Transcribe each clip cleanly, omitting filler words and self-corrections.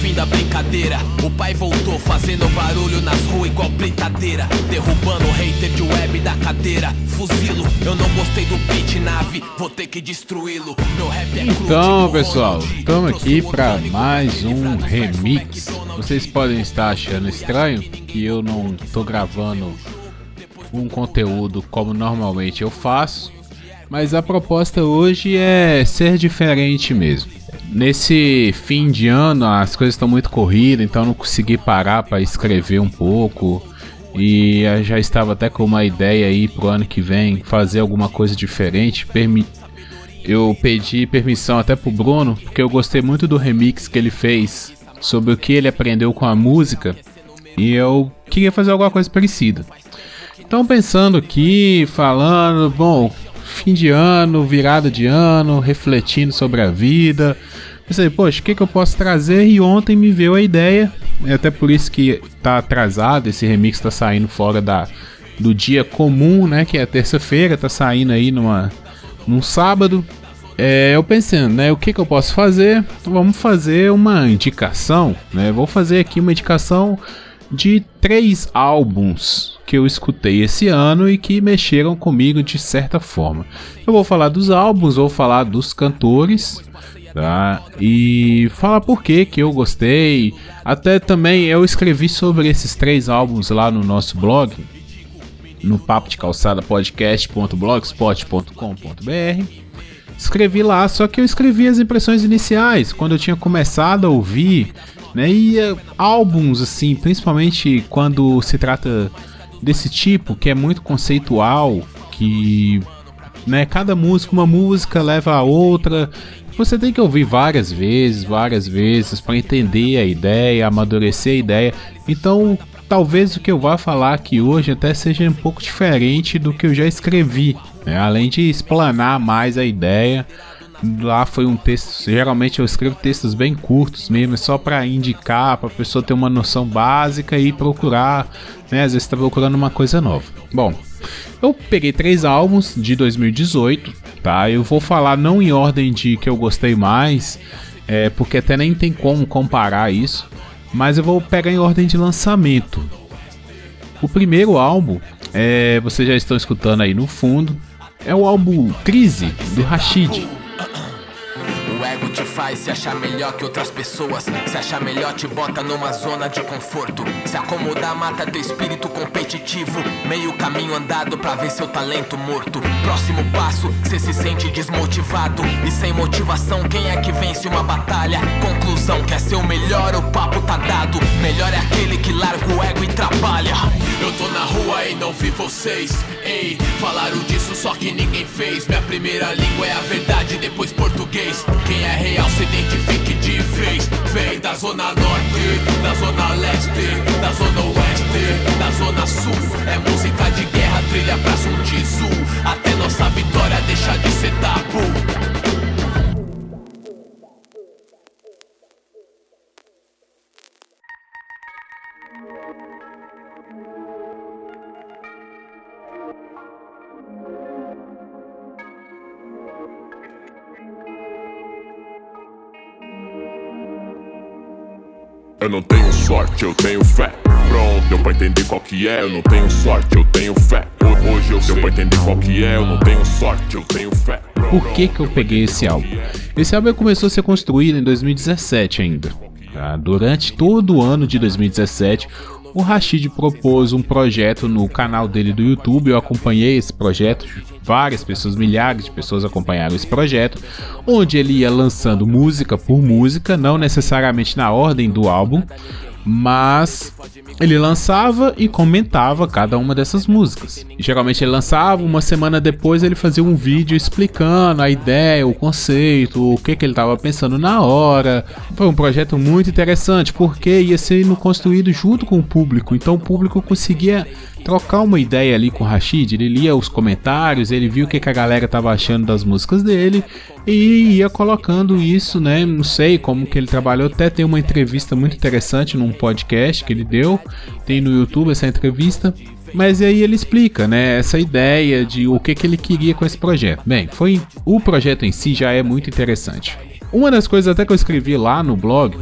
fim da brincadeira. O pai voltou fazendo barulho nas ruas igual britadeira, derrubando o hater de web da cadeira. Fuzilo, eu não gostei do beat nave, vou ter que destruí-lo. Meu rap é cru. Então, pessoal, estamos aqui para mais um remix. Vocês podem estar achando estranho que eu não tô gravando um conteúdo como normalmente eu faço, mas a proposta hoje é ser diferente mesmo. Nesse fim de ano as coisas estão muito corridas, então não consegui parar para escrever um pouco. E eu já estava até com uma ideia aí pro ano que vem fazer alguma coisa diferente. Eu pedi permissão até pro Bruno, porque eu gostei muito do remix que ele fez sobre o que ele aprendeu com a música, e eu queria fazer alguma coisa parecida. Então, pensando aqui, falando, bom, fim de ano, virada de ano, refletindo sobre a vida, pensei, poxa, o que eu posso trazer? E ontem me veio a ideia, é até por isso que tá atrasado, esse remix tá saindo fora do dia comum, né, que é terça-feira, tá saindo aí num sábado. Eu pensando, né, o que eu posso fazer? Vamos fazer uma indicação, né, vou fazer aqui uma indicação de 3 álbuns que eu escutei esse ano e que mexeram comigo de certa forma. Eu vou falar dos álbuns, vou falar dos cantores, tá? E falar por que eu gostei. Até também eu escrevi sobre esses 3 álbuns lá no nosso blog, no papo de calçada podcast.blogspot.com.br. Escrevi lá, só que eu escrevi as impressões iniciais, quando eu tinha começado a ouvir, né? E álbuns assim, principalmente quando se trata desse tipo, que é muito conceitual, que, né, cada música, uma música leva a outra, você tem que ouvir várias vezes para entender a ideia, amadurecer a ideia. Então, talvez o que eu vá falar aqui hoje até seja um pouco diferente do que eu já escrevi, né? Além de explanar mais a ideia. Lá foi um texto, geralmente eu escrevo textos bem curtos mesmo, só para indicar, para a pessoa ter uma noção básica e procurar, né, às vezes está procurando uma coisa nova. Bom, eu peguei 3 álbuns de 2018, tá? Eu vou falar não em ordem de que eu gostei mais, porque até nem tem como comparar isso, mas eu vou pegar em ordem de lançamento. O primeiro álbum, vocês já estão escutando aí no fundo, é o álbum Crise, do Rashid. O ego te faz se achar melhor que outras pessoas. Se achar melhor te bota numa zona de conforto. Se acomodar mata teu espírito competitivo. Meio caminho andado pra ver seu talento morto. Próximo passo, cê se sente desmotivado. E sem motivação quem é que vence uma batalha? Conclusão, quer ser o melhor, o papo tá dado. Melhor é aquele que larga o ego e trabalha. Eu tô na rua e não vi vocês. Ei, falaram disso só que ninguém fez. Minha primeira língua é a verdade, depois português. Quem é real se identifique de vez. Vem da zona norte, da zona leste, da zona oeste, da zona sul. É música de guerra, trilha pra Sun Tzu. Até nossa vitória deixar de ser tabu. Eu não tenho sorte, eu tenho fé. Pronto, deu pra entender qual que é. Eu não tenho sorte, eu tenho fé. Hoje eu sei, deu pra entender qual que é. Eu não tenho sorte, eu tenho fé. Por que eu peguei esse álbum? Esse álbum começou a ser construído em 2017 ainda, tá? Durante todo o ano de 2017, o Rashid propôs um projeto no canal dele do YouTube. Eu acompanhei esse projeto, várias pessoas, milhares de pessoas acompanharam esse projeto, onde ele ia lançando música por música, não necessariamente na ordem do álbum, mas ele lançava e comentava cada uma dessas músicas. Geralmente ele lançava, uma semana depois ele fazia um vídeo explicando a ideia, o conceito, o que ele estava pensando na hora. Foi um projeto muito interessante, porque ia sendo construído junto com o público, então o público conseguia trocar uma ideia ali com o Rashid. Ele lia os comentários, ele viu o que a galera estava achando das músicas dele e ia colocando isso, né? Não sei como que ele trabalhou, até tem uma entrevista muito interessante num podcast que ele deu, tem no YouTube essa entrevista. Mas aí ele explica, né, essa ideia de o que ele queria com esse projeto. Bem, o projeto em si já é muito interessante. Uma das coisas até que eu escrevi lá no blog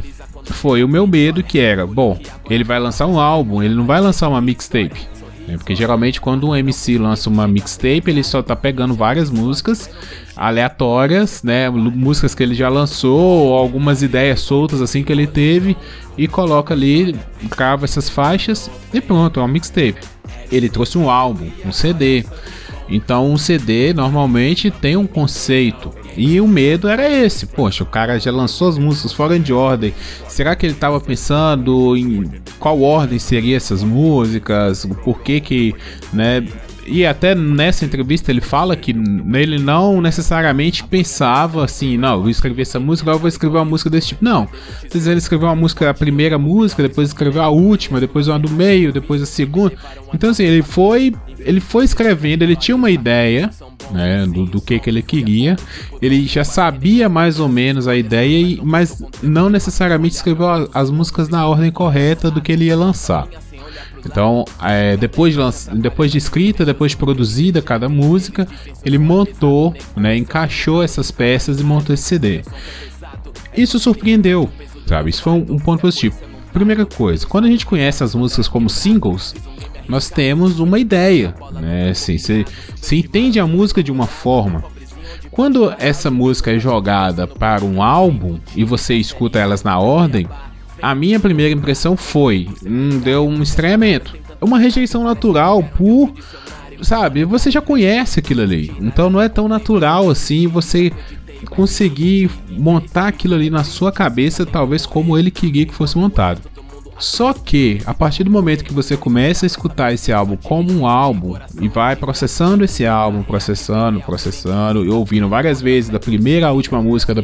foi o meu medo, que era, bom, ele vai lançar um álbum, ele não vai lançar uma mixtape, né? Porque geralmente quando um MC lança uma mixtape, ele só tá pegando várias músicas aleatórias, né, músicas que ele já lançou, ou algumas ideias soltas assim que ele teve, e coloca ali, grava essas faixas e pronto, é uma mixtape. Ele trouxe um álbum, um CD. Então um CD normalmente tem um conceito, e o medo era esse, poxa, o cara já lançou as músicas fora de ordem, será que ele estava pensando em qual ordem seriam essas músicas, o porquê que, né, e até nessa entrevista ele fala que ele não necessariamente pensava assim, não, eu vou escrever essa música, agora eu vou escrever uma música desse tipo, não, às vezes ele escreveu uma música, a primeira música, depois escreveu a última, depois uma do meio, depois a segunda, então assim, ele foi escrevendo, ele tinha uma ideia, né, do que ele queria, ele já sabia mais ou menos a ideia, mas não necessariamente escreveu as músicas na ordem correta do que ele ia lançar. Então, depois de escrita, depois de produzida cada música, ele montou, né, encaixou essas peças e montou esse CD. Isso surpreendeu, sabe? Isso foi um ponto positivo. Primeira coisa, quando a gente conhece as músicas como singles, nós temos uma ideia, né? Assim, você entende a música de uma forma. Quando essa música é jogada para um álbum e você escuta elas na ordem, a minha primeira impressão foi, deu um estranhamento, uma rejeição natural por, sabe, você já conhece aquilo ali, então não é tão natural assim você conseguir montar aquilo ali na sua cabeça, talvez como ele queria que fosse montado. Só que, a partir do momento que você começa a escutar esse álbum como um álbum e vai processando esse álbum, processando e ouvindo várias vezes da primeira à última música,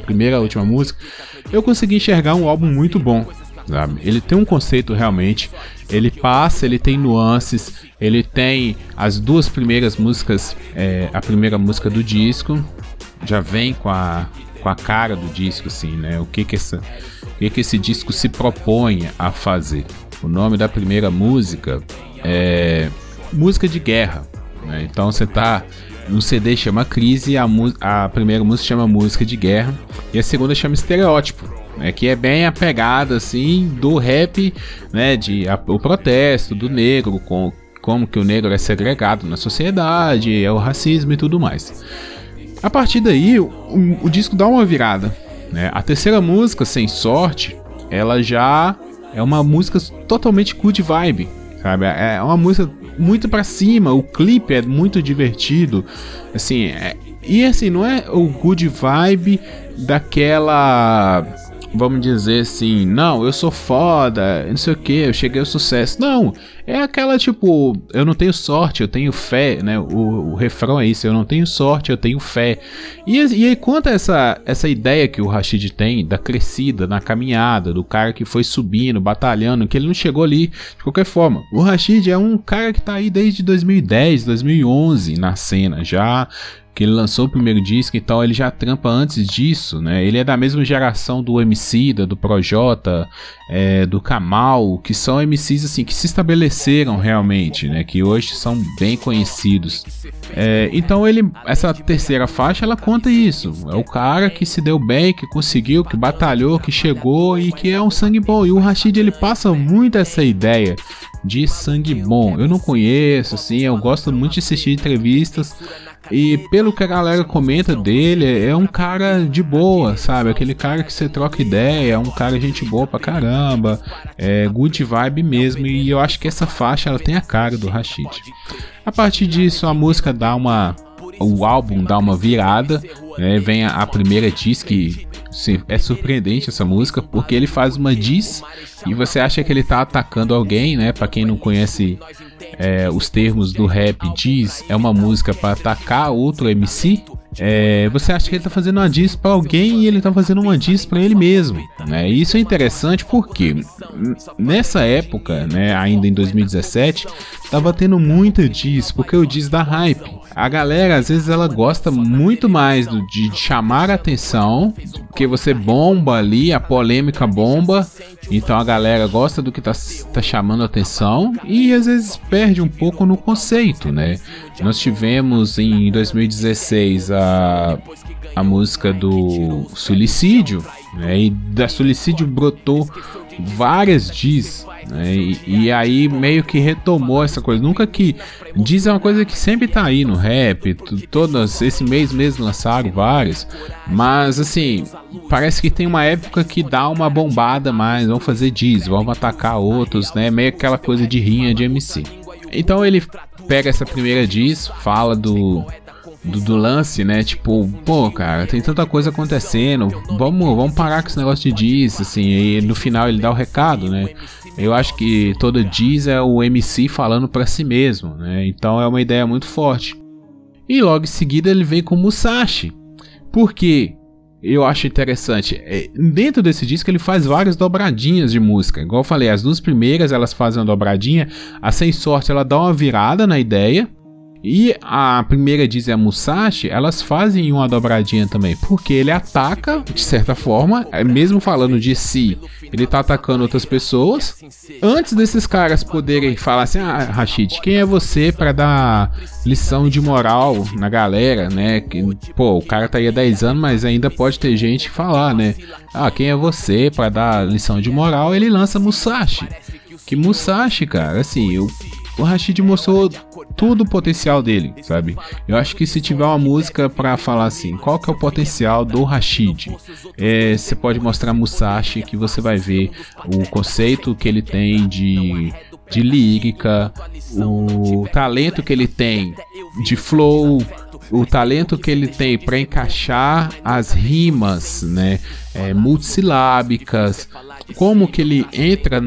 eu consegui enxergar um álbum muito bom, sabe? Ele tem um conceito realmente, ele tem nuances, ele tem as duas primeiras músicas, a primeira música do disco já vem com a cara do disco, assim, né? O que esse disco se propõe a fazer. O nome da primeira música é Música de Guerra, né? Então você tá no CD chama Crise, a primeira música chama Música de Guerra e a segunda chama Estereótipo, né? Que é bem a pegada assim do rap, né? O protesto do negro, como que o negro é segregado na sociedade, é o racismo e tudo mais. A partir daí o disco dá uma virada, né? A terceira música, Sem Sorte, ela já é uma música totalmente good vibe, sabe? É uma música muito pra cima, o clipe é muito divertido, assim, e assim, não é o good vibe daquela, vamos dizer assim, não, eu sou foda, não sei o que, eu cheguei ao sucesso. Não, é aquela tipo, eu não tenho sorte, eu tenho fé, né? O refrão é isso, eu não tenho sorte, eu tenho fé. E aí conta essa ideia que o Rashid tem da crescida, na caminhada, do cara que foi subindo, batalhando, que ele não chegou ali de qualquer forma. O Rashid é um cara que tá aí desde 2010, 2011 na cena, já que ele lançou o primeiro disco, então ele já trampa antes disso, né? Ele é da mesma geração do Emicida, do Projota, do Kamal, que são MCs assim, que se estabeleceram realmente, né? Que hoje são bem conhecidos. Então essa terceira faixa, ela conta isso. É o cara que se deu bem, que conseguiu, que batalhou, que chegou e que é um sangue bom. E o Rashid, ele passa muito essa ideia de sangue bom. Eu não conheço, assim, eu gosto muito de assistir entrevistas. E pelo que a galera comenta dele, é um cara de boa, sabe? Aquele cara que você troca ideia, é um cara gente boa pra caramba, é good vibe mesmo. E eu acho que essa faixa, ela tem a cara do Rashid. A partir disso, a música o álbum dá uma virada, né? Vem a primeira diss, que é surpreendente essa música, porque ele faz uma diss e você acha que ele tá atacando alguém, né? Pra quem não conhece os termos do rap, diss é uma música para atacar outro MC. Você acha que ele tá fazendo uma diss pra alguém e ele tá fazendo uma diss pra ele mesmo, né? E isso é interessante porque nessa época, né, ainda em 2017, tava tendo muita diss, porque o diss dá hype. a galera às vezes ela gosta muito mais de chamar a atenção, porque você bomba ali, a polêmica bomba, então a galera gosta do que tá chamando a atenção e às vezes perde um pouco no conceito, né? Nós tivemos em 2016 a música do Suicídio, né? E da Suicídio brotou várias diss, né? E aí meio que retomou essa coisa. Nunca que diz é uma coisa que sempre tá aí no rap, todas esse mês mesmo lançaram vários, mas assim, parece que tem uma época que dá uma bombada mais, vamos fazer diss, vamos atacar outros, né? Meio aquela coisa de rinha de MC. Então ele pega essa primeira diss, fala do lance, né? Tipo, pô, cara, tem tanta coisa acontecendo, vamos parar com esse negócio de diss, assim, e no final ele dá o recado, né? Eu acho que toda diss é o MC falando pra si mesmo, né? Então é uma ideia muito forte. E logo em seguida ele vem com Musashi. Por quê? Eu acho interessante. Dentro desse disco ele faz várias dobradinhas de música. Igual eu falei, as duas primeiras elas fazem uma dobradinha. A Sem Sorte ela dá uma virada na ideia. E a primeira diz a Musashi, elas fazem uma dobradinha também, porque ele ataca, de certa forma, mesmo falando de si, ele tá atacando outras pessoas. Antes desses caras poderem falar assim, Rashid, quem é você pra dar lição de moral na galera, né? Pô, o cara tá aí há 10 anos, mas ainda pode ter gente que falar, né? Quem é você pra dar lição de moral? Ele lança Musashi. Que Musashi, cara, assim, o Rashid mostrou todo o potencial dele, sabe? Eu acho que se tiver uma música pra falar assim, qual que é o potencial do Rashid? Você pode mostrar Musashi, que você vai ver o conceito que ele tem de lírica, o talento que ele tem de flow, o talento que ele tem para encaixar as rimas, né, multissilábicas, como que ele entra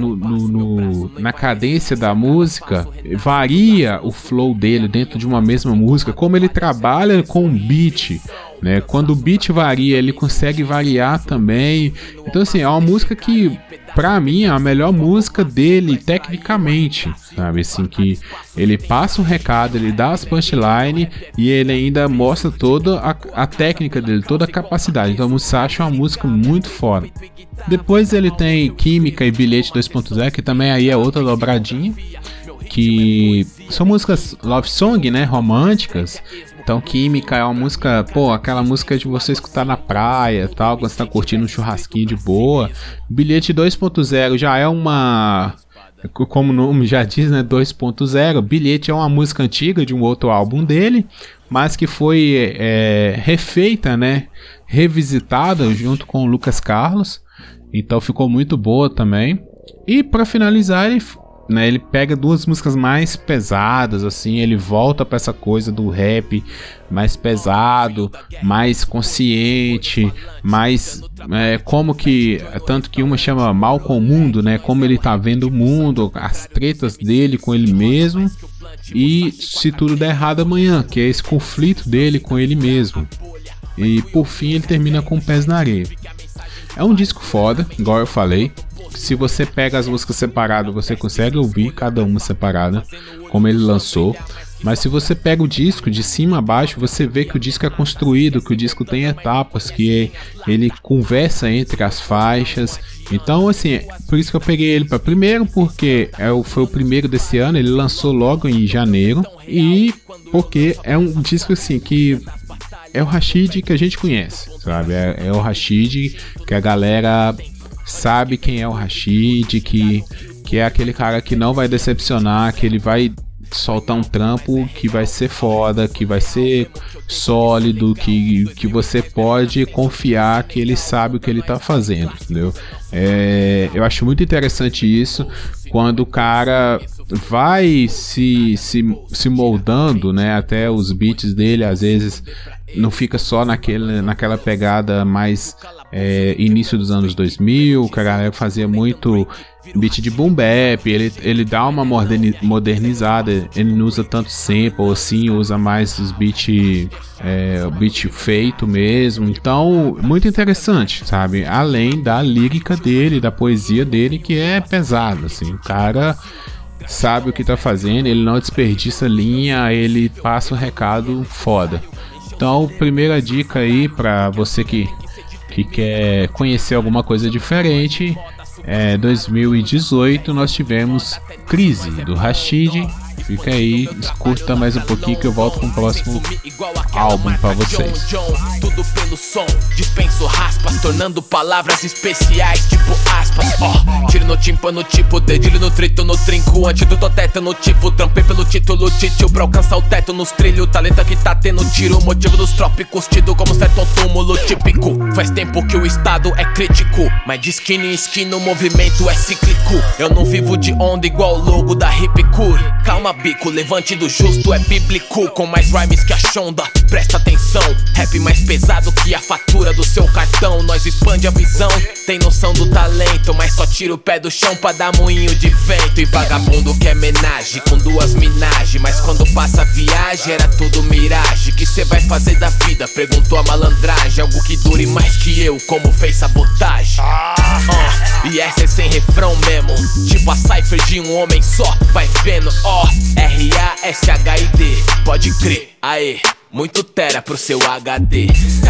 na cadência da música, varia o flow dele dentro de uma mesma música, como ele trabalha com o beat, né, quando o beat varia, ele consegue variar também. Então assim, é uma música que pra mim é a melhor música dele tecnicamente, sabe, assim, que ele passa um recado, ele dá as punchlines e ele ainda mostra toda a técnica dele, toda a capacidade. Então Musashi é uma música muito foda. Depois ele tem Química e Bilhete 2.0, que também aí é outra dobradinha, que são músicas love song, né, românticas. Então Química é uma música, aquela música de você escutar na praia, tal, quando você tá curtindo um churrasquinho de boa. Bilhete 2.0 já é uma, como o nome já diz, né, 2.0. Bilhete é uma música antiga de um outro álbum dele, mas que foi refeita, né, revisitada junto com o Lucas Carlos. Então ficou muito boa também. E para finalizar ele pega duas músicas mais pesadas, assim, ele volta para essa coisa do rap mais pesado, mais consciente, mais como que, tanto que uma chama Mal com o Mundo, né, como ele tá vendo o mundo, as tretas dele com ele mesmo, e Se Tudo Der Errado Amanhã, que é esse conflito dele com ele mesmo. E por fim ele termina com Pés na Areia. É um disco foda, igual eu falei. Se você pega as músicas separadas, você consegue ouvir cada uma separada, como ele lançou. Mas se você pega o disco de cima a baixo, você vê que o disco é construído, que o disco tem etapas, que ele conversa entre as faixas. Então, assim, por isso que eu peguei ele para primeiro, porque foi o primeiro desse ano, ele lançou logo em janeiro. E porque é um disco, assim, que é o Rashid que a gente conhece, sabe? É o Rashid que a galera sabe quem é o Rashid, que é aquele cara que não vai decepcionar, que ele vai soltar um trampo que vai ser foda, que vai ser sólido, que você pode confiar que ele sabe o que ele tá fazendo, entendeu? Eu acho muito interessante isso, quando o cara vai se moldando, né, até os beats dele, às vezes não fica só naquela pegada mais início dos anos 2000, que a galera fazia muito beat de boom bap, ele dá uma modernizada, ele não usa tanto sample assim, usa mais os beat feito mesmo. Então, muito interessante, sabe? Além da lírica dele, da poesia dele, que é pesada, assim, o cara sabe o que tá fazendo, ele não desperdiça linha, ele passa um recado foda. Então, primeira dica aí pra você que quer conhecer alguma coisa diferente, 2018 nós tivemos Crise, do Rashid. Fica aí, escuta mais um pouquinho que eu volto com o próximo álbum pra vocês. Tudo pelo som, dispenso raspas, tornando palavras especiais, tipo aspas. Tiro no tímpano, tipo dedilho no trito, no trinco, antídoto tétano, tipo trampei pelo título, titio pra alcançar o teto nos trilhos. Talento que tá tendo tiro, motivo dos trópicos, tido como certo túmulo típico. Faz tempo que o estado é crítico, mas de esquina em esquina o movimento é cíclico. Eu não vivo de onda igual o logo da Hip Cure. Calma, bico, levante do justo é bíblico, com mais rhymes que a Shonda, presta atenção. Rap mais pesado que a fatura do seu cartão. Nós expande a visão, tem noção do talento, mas só tira o pé do chão pra dar moinho de vento. E vagabundo quer menagem com 2 minagens, mas quando passa a viagem era tudo miragem. Que cê vai fazer da vida? Perguntou a malandragem. Algo que dure mais que eu, como fez sabotagem. E essa é sem refrão mesmo, tipo a cipher de um homem só. Vai vendo, RASHID, pode crer, aê, muito tera pro seu HD.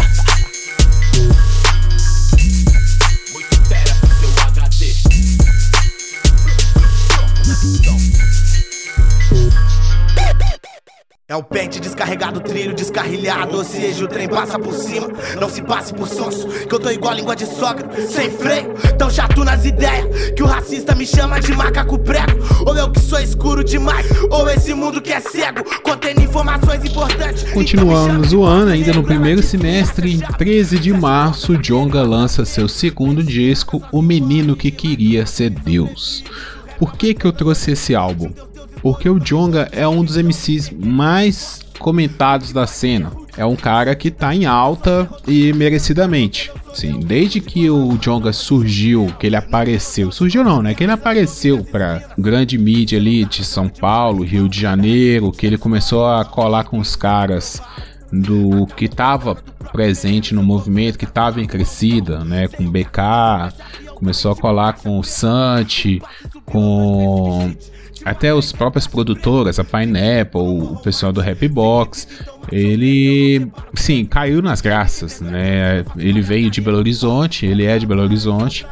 Muito tera pro seu HD. É o pente descarregado, trilho descarrilhado, ou seja, o trem passa por cima. Não se passe por sonso, que eu tô igual língua de sogra, sem freio, tão chato nas ideias, que o racista me chama de macaco prego. Ou eu que sou escuro demais, ou esse mundo que é cego, contendo informações importantes. Continuamos o ano, ainda no primeiro semestre, em 13 de março, Djonga lança seu segundo disco, O Menino que Queria Ser Deus. Por que eu trouxe esse álbum? Porque o Djonga é um dos MCs mais comentados da cena. É um cara que tá em alta e merecidamente. Sim, desde que o Djonga surgiu, que ele apareceu. Surgiu não, né? Que ele apareceu pra grande mídia ali de São Paulo, Rio de Janeiro, que ele começou a colar com os caras do que tava presente no movimento, que tava em crescida, né? Com BK, começou a colar com o Santi, com até as próprias produtoras, a Pineapple, o pessoal do Rapbox. Ele, sim, caiu nas graças, né? Ele veio de Belo Horizonte, ele é de Belo Horizonte,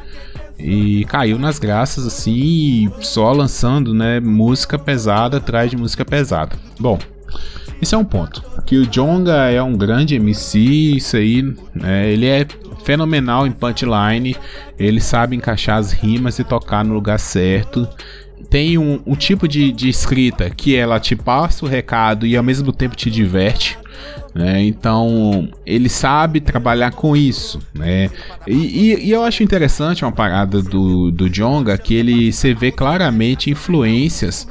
e caiu nas graças, assim, só lançando, né, música pesada atrás de música pesada. Bom, esse é um ponto. Que o Djonga é um grande MC, isso aí, né, ele é fenomenal em punchline, ele sabe encaixar as rimas e tocar no lugar certo. Tem um tipo de escrita que ela te passa o recado e ao mesmo tempo te diverte, né? Então ele sabe trabalhar com isso, né? E eu acho interessante uma parada do Djonga, que ele se vê claramente influências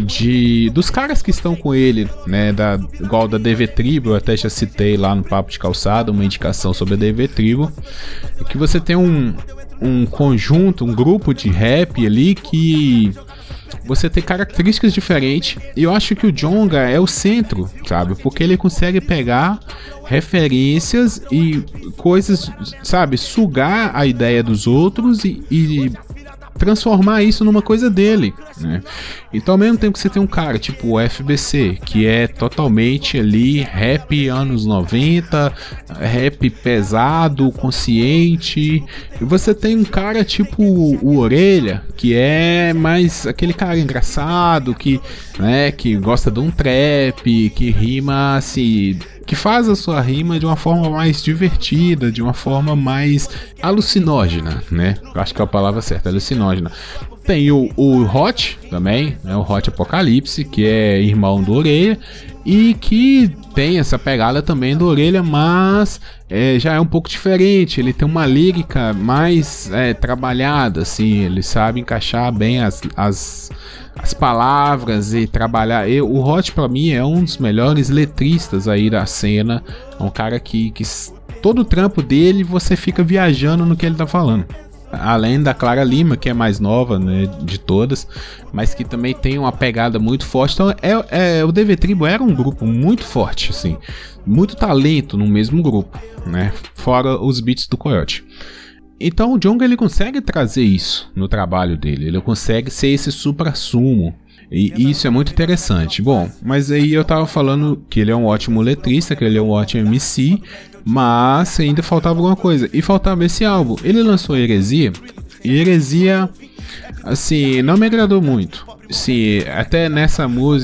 dos caras que estão com ele, né? Igual da DV Tribo, eu até já citei lá no Papo de Calçada uma indicação sobre a DV Tribo, que você tem um conjunto, um grupo de rap ali que você tem características diferentes, e eu acho que o Djonga é o centro, sabe? Porque ele consegue pegar referências e coisas, sabe? Sugar a ideia dos outros e transformar isso numa coisa dele, né? Então, ao mesmo tempo que você tem um cara tipo o FBC, que é totalmente ali rap anos 90, rap pesado, consciente, e você tem um cara tipo o Orelha, que é mais aquele cara engraçado, que, né, que gosta de um trap, que rima assim, que faz a sua rima de uma forma mais divertida, de uma forma mais alucinógena, né? Eu acho que é a palavra certa, alucinógena. Tem o Hot também, né? O Hot Apocalipse, que é irmão do Orelha, e que tem essa pegada também do Orelha, mas já é um pouco diferente. Ele tem uma lírica mais trabalhada, assim, ele sabe encaixar bem as palavras e trabalhar. O Hot, pra mim, é um dos melhores letristas aí da cena. É um cara que todo o trampo dele você fica viajando no que ele tá falando. Além da Clara Lima, que é mais nova, né, de todas, mas que também tem uma pegada muito forte. Então o DV Tribo era um grupo muito forte, assim, muito talento no mesmo grupo, né, fora os beats do Coyote. Então o Djonga, ele consegue trazer isso no trabalho dele, ele consegue ser esse supra-sumo. E isso é muito interessante. Bom, mas aí eu tava falando que ele é um ótimo letrista, que ele é um ótimo MC, mas ainda faltava alguma coisa. E faltava esse álbum. Ele lançou Heresia, e Heresia, assim, não me agradou muito. Sim, até nesse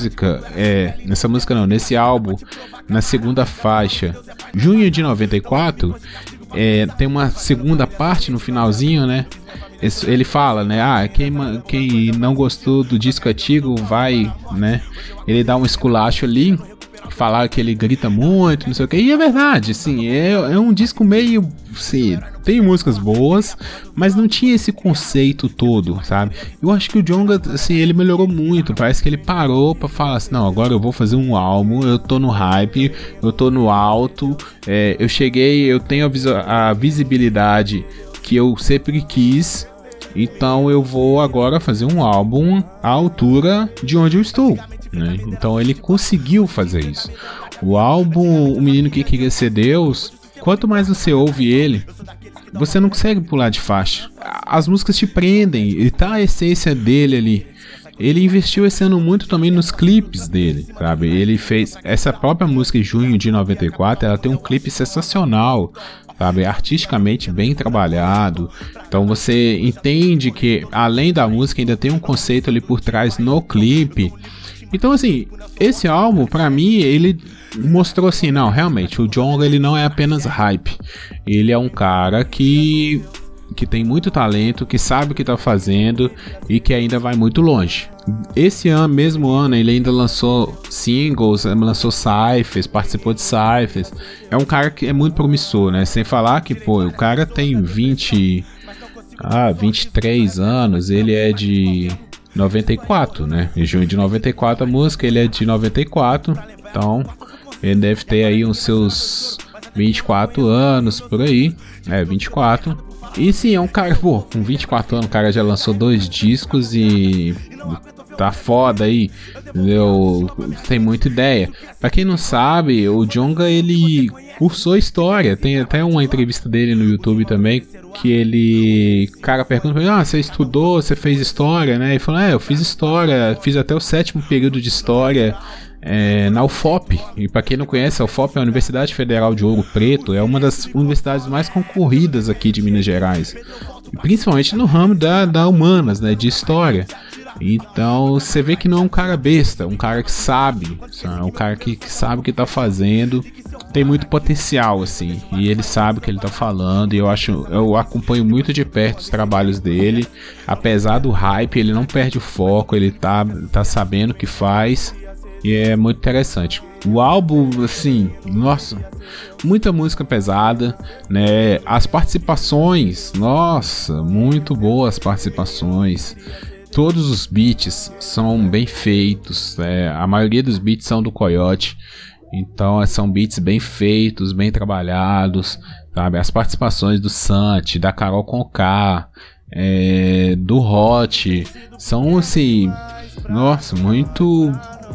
álbum, na segunda faixa, junho de 94, tem uma segunda parte no finalzinho, né? Ele fala, né? Quem não gostou do disco antigo vai, né? Ele dá um esculacho ali, falar que ele grita muito, não sei o que. E é verdade, assim, é um disco meio, assim, tem músicas boas, mas não tinha esse conceito todo, sabe? Eu acho que o Djonga, assim, ele melhorou muito. Parece que ele parou pra falar assim, não, agora eu vou fazer um álbum, eu tô no hype, eu tô no alto, eu cheguei, eu tenho a visibilidade que eu sempre quis, então eu vou agora fazer um álbum à altura de onde eu estou, né? Então ele conseguiu fazer isso. O álbum O Menino que Queria Ser Deus, quanto mais você ouve ele, você não consegue pular de faixa. As músicas te prendem, e tá a essência dele ali. Ele investiu esse ano muito também nos clipes dele, sabe? Ele fez essa própria música em junho de 94, ela tem um clipe sensacional, sabe? Artisticamente bem trabalhado. Então você entende que além da música ainda tem um conceito ali por trás no clipe. Então assim, esse álbum pra mim ele mostrou assim, não, realmente o Djonga ele não é apenas hype. Ele é um cara que tem muito talento, que sabe o que tá fazendo e que ainda vai muito longe. Esse mesmo ano ele ainda lançou singles, lançou cyphers, participou de cyphers. É um cara que é muito promissor, né? Sem falar que, pô, o cara tem 23 anos, ele é de 94, né? Em junho de 94 a música, ele é de 94, então ele deve ter aí uns seus 24 anos por aí, 24. E sim, é um cara, pô, com 24 anos o cara já lançou 2 discos e tá foda aí, entendeu? Tem muita ideia. Pra quem não sabe, o Djonga ele cursou história, tem até uma entrevista dele no YouTube também, que o cara pergunta, você estudou, você fez história, né? Ele falou, eu fiz história, fiz até o 7º período de história na UFOP. E para quem não conhece, a UFOP é a Universidade Federal de Ouro Preto, é uma das universidades mais concorridas aqui de Minas Gerais, principalmente no ramo da humanas, né, de história. Então você vê que não é um cara besta, um cara que sabe, um cara que sabe o que tá fazendo, tem muito potencial assim, e ele sabe o que ele tá falando. E eu acompanho muito de perto os trabalhos dele, apesar do hype, ele não perde o foco, ele tá sabendo o que faz. E é muito interessante. O álbum, assim, nossa, muita música pesada, né? As participações, nossa, muito boas participações. Todos os beats são bem feitos, a maioria dos beats são do Coyote. Então são beats bem feitos, bem trabalhados, sabe? As participações do Santi, da Carol Conká, do Hot, são assim, nossa, muito...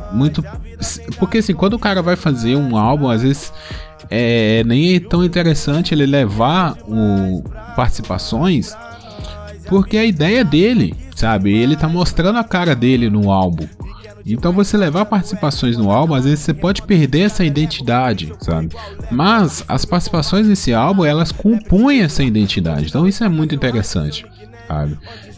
Porque assim, quando o cara vai fazer um álbum, às vezes nem é tão interessante ele levar participações, porque a ideia dele, sabe, ele tá mostrando a cara dele no álbum. Então você levar participações no álbum, às vezes você pode perder essa identidade, sabe? Mas as participações nesse álbum, elas compõem essa identidade. Então isso é muito interessante, sabe?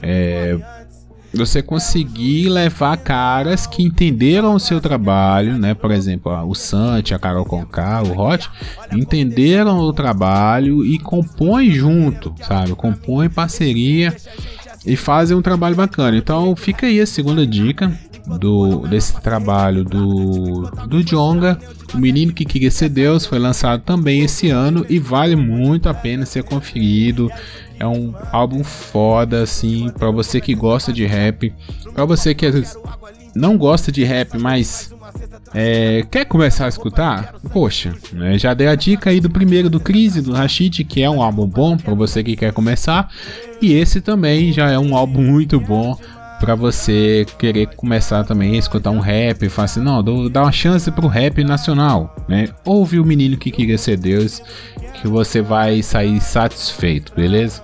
Você conseguir levar caras que entenderam o seu trabalho, né? Por exemplo, o Santi, a Carol Conká, o Hot, entenderam o trabalho e compõem junto, sabe? Compõem parceria e fazem um trabalho bacana. Então fica aí a segunda dica desse trabalho do Djonga. O Menino que Queria Ser Deus foi lançado também esse ano e vale muito a pena ser conferido. É um álbum foda, assim, pra você que gosta de rap, pra você que às vezes não gosta de rap, mas quer começar a escutar? Poxa, né? Já dei a dica aí do primeiro, do Crise, do Rashid, que é um álbum bom pra você que quer começar. E esse também já é um álbum muito bom pra você querer começar também a escutar um rap e falar assim, não, dá uma chance pro rap nacional, né? Ouve O Menino que Queria Ser Deus, que você vai sair satisfeito, beleza?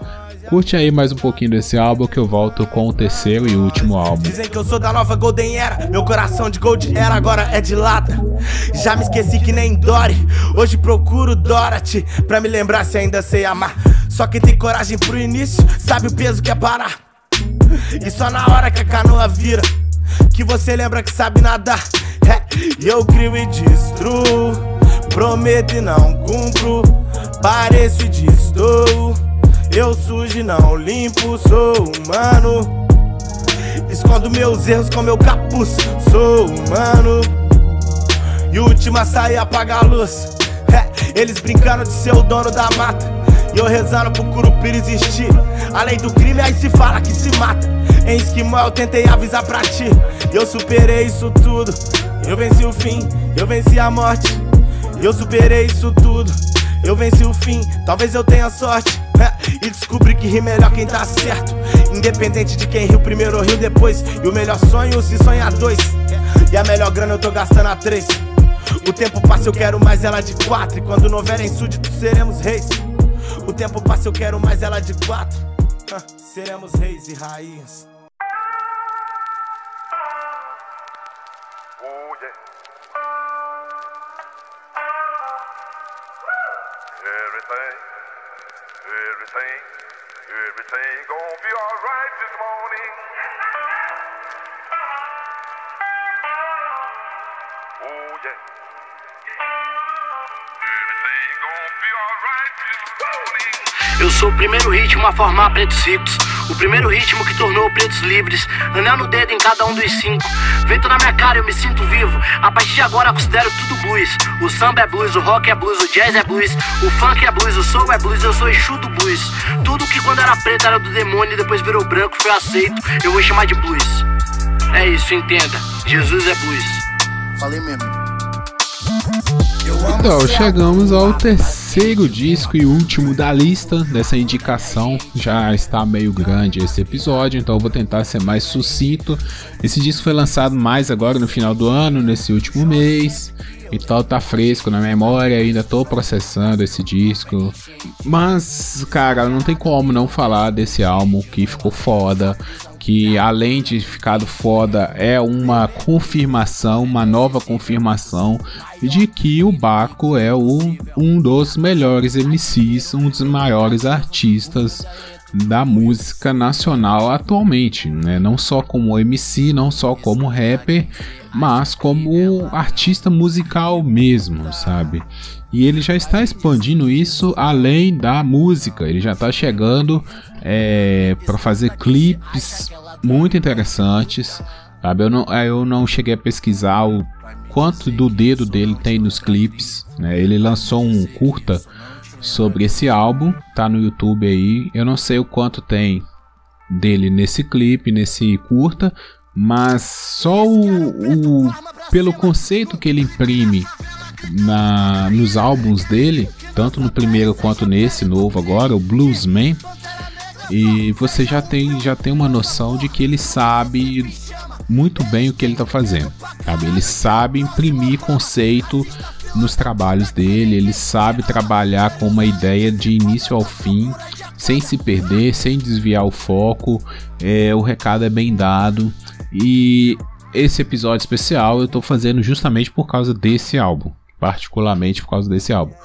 Curte aí mais um pouquinho desse álbum que eu volto com o terceiro e último álbum. Dizem que eu sou da nova Golden Era, meu coração de Gold Era agora é de lata. Já me esqueci que nem Dory, hoje procuro Dorothy pra me lembrar se ainda sei amar. Só quem tem coragem pro início sabe o peso que é parar. E só na hora que a canoa vira que você lembra que sabe nadar. E eu crio e destruo, prometo e não cumpro, pareço e destoo, eu sujo e não limpo, sou humano. Escondo meus erros com meu capuz, sou humano. E o último a sair apaga a luz. Eles brincando de ser o dono da mata e eu rezando pro Curupira existir. Além do crime aí se fala que se mata. Em Esquimó eu tentei avisar pra ti e eu superei isso tudo. Eu venci o fim, eu venci a morte. Eu superei isso tudo, eu venci o fim. Talvez eu tenha sorte e descobri que ri melhor quem tá certo, independente de quem riu primeiro ou riu depois. E o melhor sonho se sonha a dois, e a melhor grana eu tô gastando a 3. O tempo passa eu quero mais ela de 4, e quando não houverem súditos seremos reis. O tempo passa eu quero mais ela de 4, seremos reis e rainhas. Everything gonna be alright this morning. Oh yeah. Everything gonna be alright this morning. Eu sou o primeiro ritmo a formar pretos ricos, o primeiro ritmo que tornou pretos livres. Anel no dedo em cada um dos 5. Vento na minha cara, eu me sinto vivo. A partir de agora considero tudo blues. O samba é blues, o rock é blues, o jazz é blues, o funk é blues, o soul é blues. Eu sou Exu do blues. Tudo que quando era preto era do demônio e depois virou branco, foi aceito, eu vou chamar de blues. É isso, entenda, Jesus é blues. Falei mesmo. Então, chegamos ao terceiro disco e último da lista dessa indicação. Já está meio grande esse episódio, então eu vou tentar ser mais sucinto. Esse disco foi lançado mais agora no final do ano, nesse último mês, então tá fresco na memória, ainda tô processando esse disco. Mas, cara, não tem como não falar desse álbum que ficou foda, que além de ficado foda, é uma confirmação, uma nova confirmação de que o Baco é um dos melhores MCs, um dos maiores artistas da música nacional atualmente, né? Não só como MC, não só como rapper, mas como artista musical mesmo, sabe? E ele já está expandindo isso além da música, ele já está chegando para fazer clipes muito interessantes, sabe? Eu não cheguei a pesquisar o quanto do dedo dele tem nos clipes, né? Ele lançou um curta sobre esse álbum, tá no YouTube aí. Eu não sei o quanto tem dele nesse clipe, nesse curta, mas só pelo conceito que ele imprime nos álbuns dele, tanto no primeiro quanto nesse novo agora, o Bluesman, e você já tem uma noção de que ele sabe muito bem o que ele está fazendo, sabe? Ele sabe imprimir conceito nos trabalhos dele, ele sabe trabalhar com uma ideia de início ao fim, sem se perder, sem desviar o foco. O recado é bem dado, e esse episódio especial eu estou fazendo justamente por causa desse álbum, particularmente por causa desse álbum,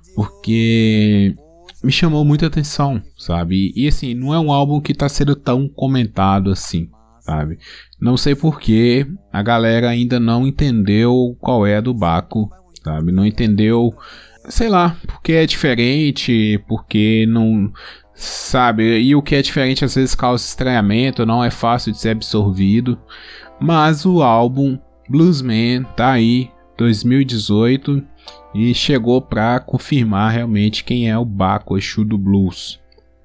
porque me chamou muita atenção, sabe? E assim, não é um álbum que está sendo tão comentado assim, sabe? Não sei porque a galera ainda não entendeu qual é a do Baco, sabe? Não entendeu, sei lá, porque é diferente, porque não, sabe? E o que é diferente às vezes causa estranhamento, não é fácil de ser absorvido. Mas o álbum Bluesman tá aí, 2018, e chegou para confirmar realmente quem é o Baco, Exu do Blues.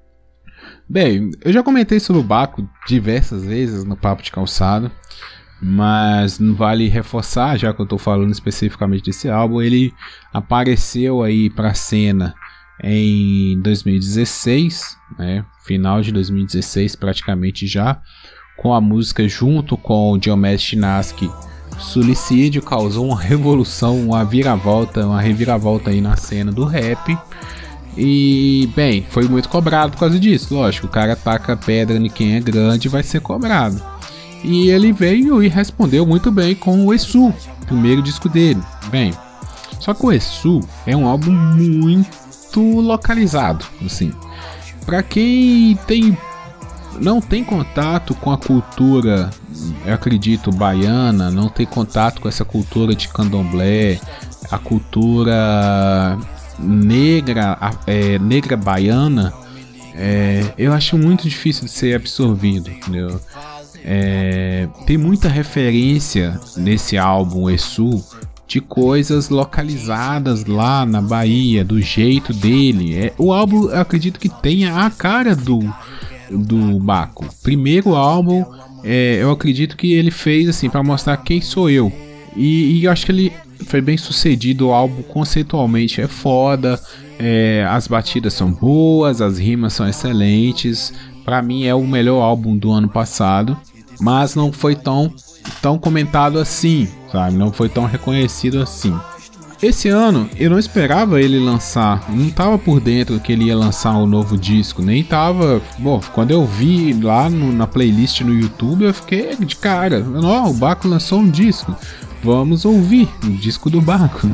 Bem, eu já comentei sobre o Baco diversas vezes no Papo de Calçado, mas não vale reforçar, já que eu estou falando especificamente desse álbum. Ele apareceu aí para a cena em 2016, né, final de 2016 praticamente já, com a música junto com o Diomedes Chinaski, Suicídio. Causou uma revolução, uma reviravolta aí na cena do rap. E, bem, foi muito cobrado por causa disso. Lógico, o cara taca pedra em quem é grande e vai ser cobrado. E ele veio e respondeu muito bem com o Exu, primeiro disco dele. Bem, só que o Exu é um álbum muito localizado, assim. Pra quem não tem contato com a cultura, eu acredito, baiana, não tem contato com essa cultura de candomblé, a cultura negra baiana, eu acho muito difícil de ser absorvido, entendeu? Tem muita referência nesse álbum Exu de coisas localizadas lá na Bahia, do jeito dele. O álbum, eu acredito que tenha a cara do Baco. Primeiro álbum, eu acredito que ele fez assim para mostrar quem sou eu. E eu acho que ele foi bem sucedido. O álbum conceitualmente é foda, as batidas são boas, as rimas são excelentes. Para mim é o melhor álbum do ano passado, mas não foi tão comentado assim, sabe? Não foi tão reconhecido assim. Esse ano eu não esperava ele lançar, não tava por dentro que ele ia lançar um novo disco, nem tava. Bom, quando eu vi lá na playlist no YouTube, eu fiquei de cara. Não, o Baco lançou um disco, vamos ouvir o disco do Baco.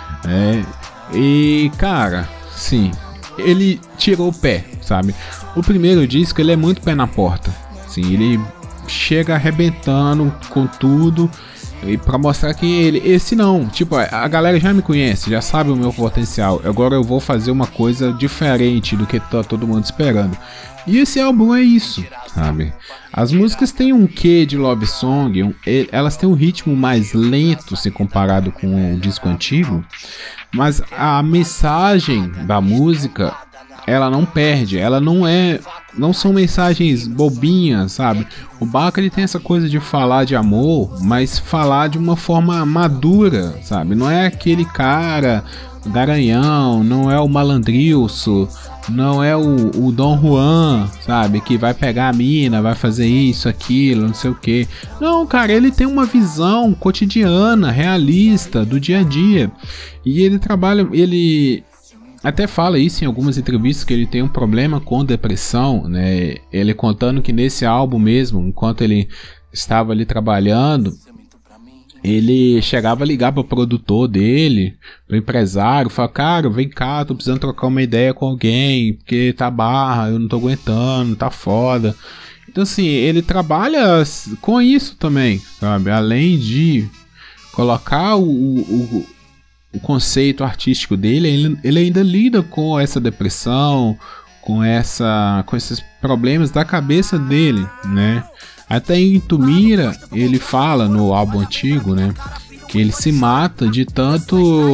E cara, sim, ele tirou o pé, sabe? O primeiro disco ele é muito pé na porta, assim, ele chega arrebentando com tudo. E pra mostrar quem é ele. Esse não, tipo, a galera já me conhece, já sabe o meu potencial. Agora eu vou fazer uma coisa diferente do que tá todo mundo esperando. E esse álbum é isso, sabe? As músicas têm um quê de love song, elas têm um ritmo mais lento se comparado com o disco antigo, mas a mensagem da música, ela não perde, ela não são mensagens bobinhas, sabe? O Baco ele tem essa coisa de falar de amor, mas falar de uma forma madura, sabe? Não é aquele cara garanhão, não é o malandrilso, não é o Dom Juan, sabe? Que vai pegar a mina, vai fazer isso, aquilo, não sei o que. Não, cara, ele tem uma visão cotidiana, realista, do dia a dia. E ele até fala isso em algumas entrevistas, que ele tem um problema com depressão, né? Ele contando que nesse álbum mesmo, enquanto ele estava ali trabalhando, ele chegava a ligar para o produtor dele, para o empresário, falar: cara, vem cá, tô precisando trocar uma ideia com alguém, porque tá barra, eu não tô aguentando, tá foda. Então assim, ele trabalha com isso também, sabe? Além de colocar o conceito artístico dele, ele ainda lida com essa depressão, com esses problemas da cabeça dele, né? Até em Itumira ele fala no álbum antigo, né, que ele se mata de tanta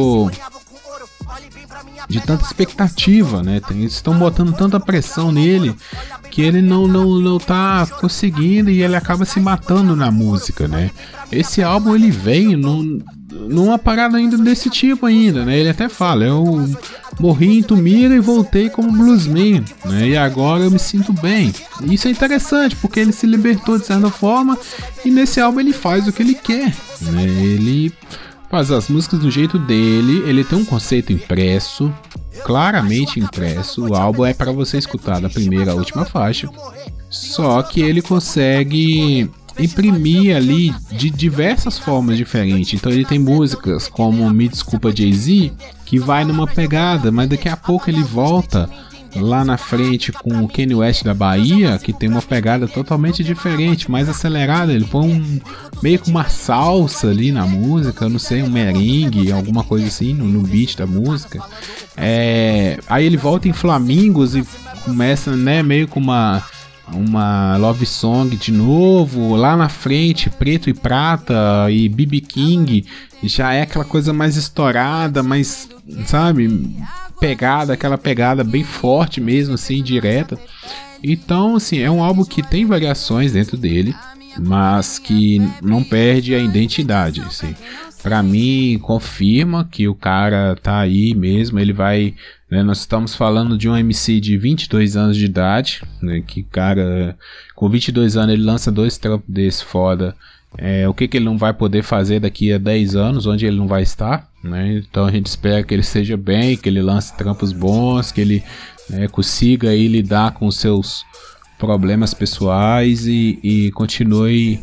expectativa, né? Eles estão botando tanta pressão nele que ele não tá conseguindo e ele acaba se matando na música, né? Esse álbum ele vem numa parada ainda desse tipo ainda, né? Ele até fala: eu morri em Itumira e voltei como bluesman, né? E agora eu me sinto bem. Isso é interessante porque ele se libertou de certa forma e nesse álbum ele faz o que ele quer, né? Ele faz as músicas do jeito dele, ele tem um conceito impresso, claramente impresso. O álbum é para você escutar da primeira à última faixa, só que ele consegue imprimir ali de diversas formas diferentes. Então ele tem músicas como Me Desculpa Jay-Z, que vai numa pegada, mas daqui a pouco ele volta lá na frente com o Kanye West da Bahia, que tem uma pegada totalmente diferente, mais acelerada. Ele põe meio que uma salsa ali na música, não sei, um merengue, alguma coisa assim no beat da música. Aí ele volta em Flamingos e começa, né, meio com uma love song de novo. Lá na frente, Preto e Prata e B.B. King, já é aquela coisa mais estourada, mais, sabe, aquela pegada bem forte mesmo, assim, direta. Então, assim, é um álbum que tem variações dentro dele, mas que não perde a identidade, assim. Pra mim, confirma que o cara tá aí mesmo. Ele vai, né, nós estamos falando de um MC de 22 anos de idade, né, que cara, com 22 anos ele lança 2 trampos desse foda. O que ele não vai poder fazer daqui a 10 anos, onde ele não vai estar, né? Então a gente espera que ele esteja bem, que ele lance trampos bons, que ele consiga aí lidar com os seus problemas pessoais e continue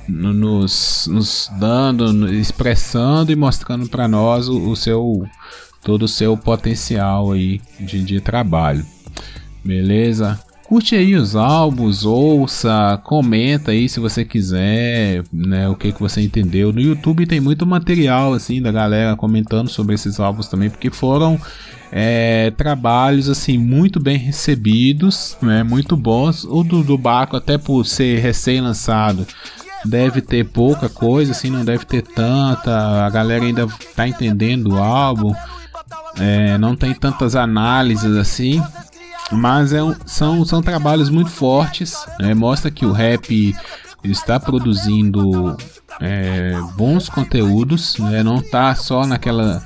nos dando, expressando e mostrando para nós todo o seu potencial aí de trabalho. Beleza? Curte aí os álbuns, ouça, comenta aí se você quiser, né, o que você entendeu. No YouTube tem muito material assim da galera comentando sobre esses álbuns também, porque foram trabalhos assim muito bem recebidos, né, muito bons. O do Baco, até por ser recém-lançado, deve ter pouca coisa, assim, não deve ter tanta. A galera ainda tá entendendo o álbum, não tem tantas análises assim. Mas são trabalhos muito fortes, mostra que o rap está produzindo bons conteúdos, não está só naquela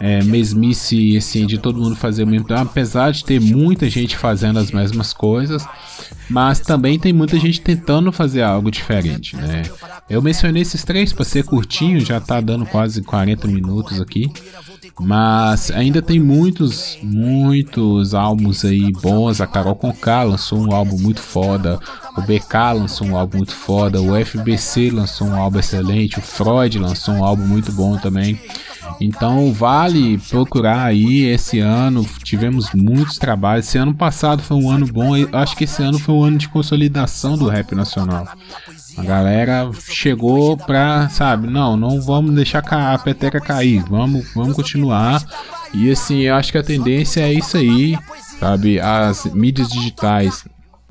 mesmice assim, de todo mundo fazer o mesmo, apesar de ter muita gente fazendo as mesmas coisas, mas também tem muita gente tentando fazer algo diferente, né? Eu mencionei esses 3 para ser curtinho, já está dando quase 40 minutos aqui. Mas ainda tem muitos álbuns aí bons. A Carol Conká lançou um álbum muito foda, o BK lançou um álbum muito foda, o FBC lançou um álbum excelente, o Freud lançou um álbum muito bom também. Então vale procurar aí. Esse ano tivemos muitos trabalhos. Esse ano passado foi um ano bom. Eu acho que esse ano foi um ano de consolidação do rap nacional. A galera chegou pra, sabe, não vamos deixar a peteca cair, vamos continuar. E assim, eu acho que a tendência é isso aí, sabe? As mídias digitais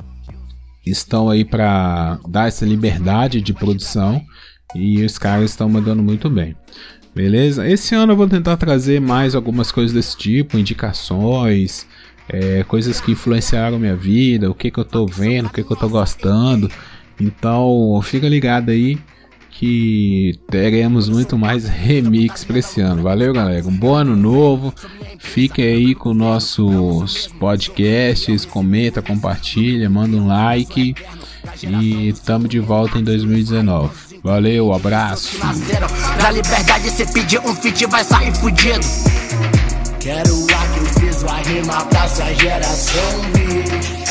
estão aí pra dar essa liberdade de produção e os caras estão mandando muito bem. Beleza? Esse ano eu vou tentar trazer mais algumas coisas desse tipo, indicações, coisas que influenciaram minha vida, o que eu tô vendo, o que eu tô gostando. Então fica ligado aí que teremos muito mais remix para esse ano. Valeu, galera, um bom ano novo. Fique aí com nossos podcasts, comenta, compartilha, manda um like e tamo de volta em 2019. Valeu, abraço. Pra liberdade cê pedir um feat vai sair fudido. Quero a que eu fiz uma rima pra sua geração vir.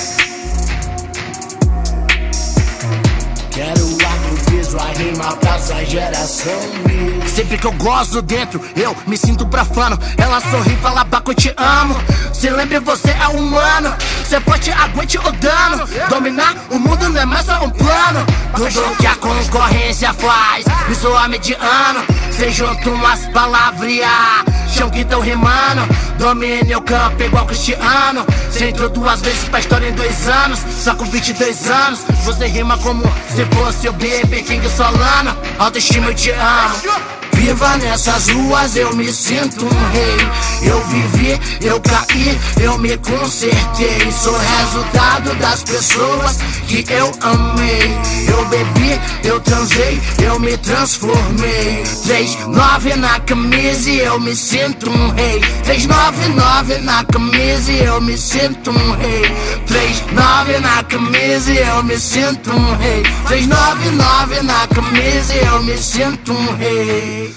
Quero a que eu fiz uma rima pra sua geração vir. Sempre que eu gozo dentro, eu me sinto profano. Ela sorri e fala, Baco, eu te amo. Se lembre, você é humano. Cê forte, aguente o dano. Dominar o mundo não é mais só um plano. Tudo que a concorrência faz me soa mediano. Cê junta umas palavrias, chão que tão rimando. Domine o campo igual Cristiano. Cê entrou 2 vezes pra história em 2 anos. Só com 22 anos você rima como se fosse o BB King Solano. Autoestima, eu te amo. Viva nessas ruas, eu me sinto um rei. Eu vivi, eu caí, eu me consertei. Sou resultado das pessoas que eu amei. Eu bebi, eu transei, eu me transformei. 3-9 na camisa e eu me sinto um rei. 399 na camisa e eu me sinto um rei. 3-9 na camisa e eu me sinto um rei. 399 na camisa e eu me sinto um rei.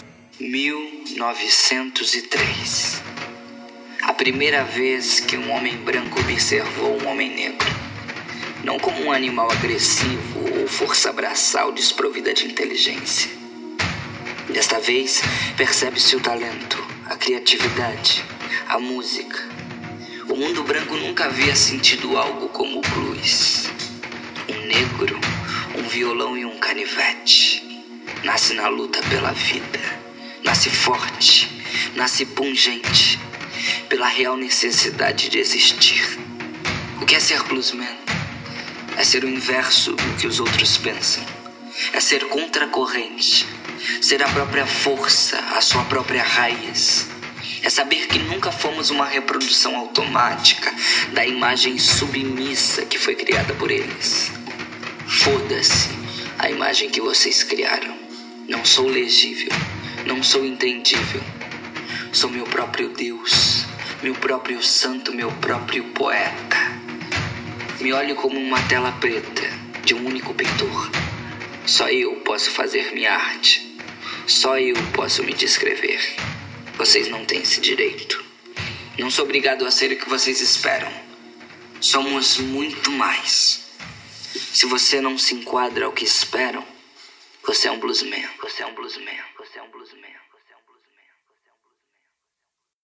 1903. A primeira vez que um homem branco observou um homem negro, não como um animal agressivo ou força braçal desprovida de inteligência. Desta vez, percebe-se o talento, a criatividade, a música. O mundo branco nunca havia sentido algo como o blues. Um negro, um violão e um canivete. Nasce na luta pela vida. Nasce forte, nasce pungente, pela real necessidade de existir. O que é ser bluesman? É ser o inverso do que os outros pensam. É ser contracorrente, ser a própria força, a sua própria raiz. É saber que nunca fomos uma reprodução automática da imagem submissa que foi criada por eles. Foda-se a imagem que vocês criaram. Não sou legível. Não sou entendível. Sou meu próprio Deus, meu próprio santo, meu próprio poeta. Me olho como uma tela preta de um único pintor. Só eu posso fazer minha arte. Só eu posso me descrever. Vocês não têm esse direito. Não sou obrigado a ser o que vocês esperam. Somos muito mais. Se você não se enquadra ao que esperam, você é um bluesman. Você é um bluesman. Você é um bluesman.